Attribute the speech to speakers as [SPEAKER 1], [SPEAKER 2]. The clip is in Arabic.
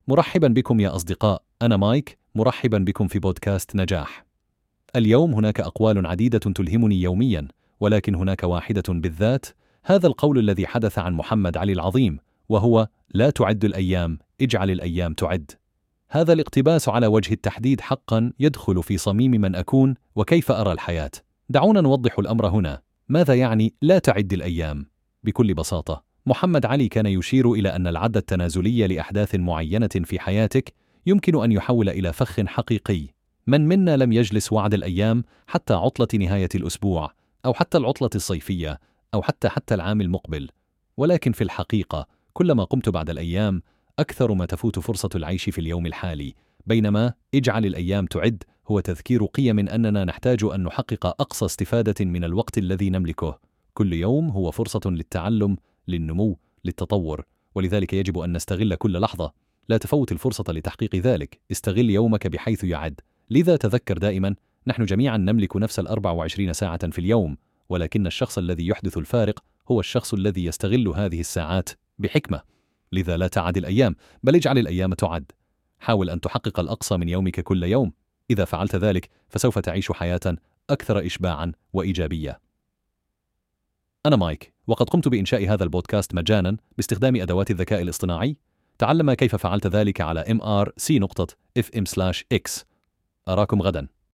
[SPEAKER 1] مرحبا بكم يا أصدقاء، أنا مايك، مرحبا بكم في بودكاست نجاح. اليوم هناك أقوال عديدة تلهمني يوميا، ولكن هناك واحدة بالذات، هذا القول الذي حدث عن محمد علي العظيم، وهو: لا تعد الأيام، اجعل الأيام تعد. هذا الاقتباس على وجه التحديد حقا يدخل في صميم من أكون وكيف أرى الحياة. دعونا نوضح الأمر هنا. ماذا يعني لا تعد الأيام؟ بكل بساطة، محمد علي كان يشير إلى أن العد التنازلي لأحداث معينة في حياتك يمكن أن يحول إلى فخ حقيقي. من منا لم يجلس وعد الأيام حتى عطلة نهاية الأسبوع، أو حتى العطلة الصيفية، أو حتى العام المقبل؟ ولكن في الحقيقة كلما قمت بعد الأيام أكثر ما تفوت فرصة العيش في اليوم الحالي، بينما اجعل الأيام تعد هو تذكير قيم أننا نحتاج أن نحقق أقصى استفادة من الوقت الذي نملكه. كل يوم هو فرصة للتعلم، للنمو، للتطور، ولذلك يجب أن نستغل كل لحظة. لا تفوت الفرصة لتحقيق ذلك، استغل يومك بحيث يعد. لذا تذكر دائما، نحن جميعا نملك نفس 24 ساعة في اليوم، ولكن الشخص الذي يحدث الفارق هو الشخص الذي يستغل هذه الساعات بحكمة. لذا لا تعد الأيام، بل اجعل الأيام تعد. حاول أن تحقق الأقصى من يومك كل يوم. إذا فعلت ذلك فسوف تعيش حياة أكثر إشباعا وإيجابية. أنا مايك، وقد قمت بإنشاء هذا البودكاست مجانا باستخدام أدوات الذكاء الاصطناعي. تعلم كيف فعلت ذلك على mrc.fm/x. أراكم غدا.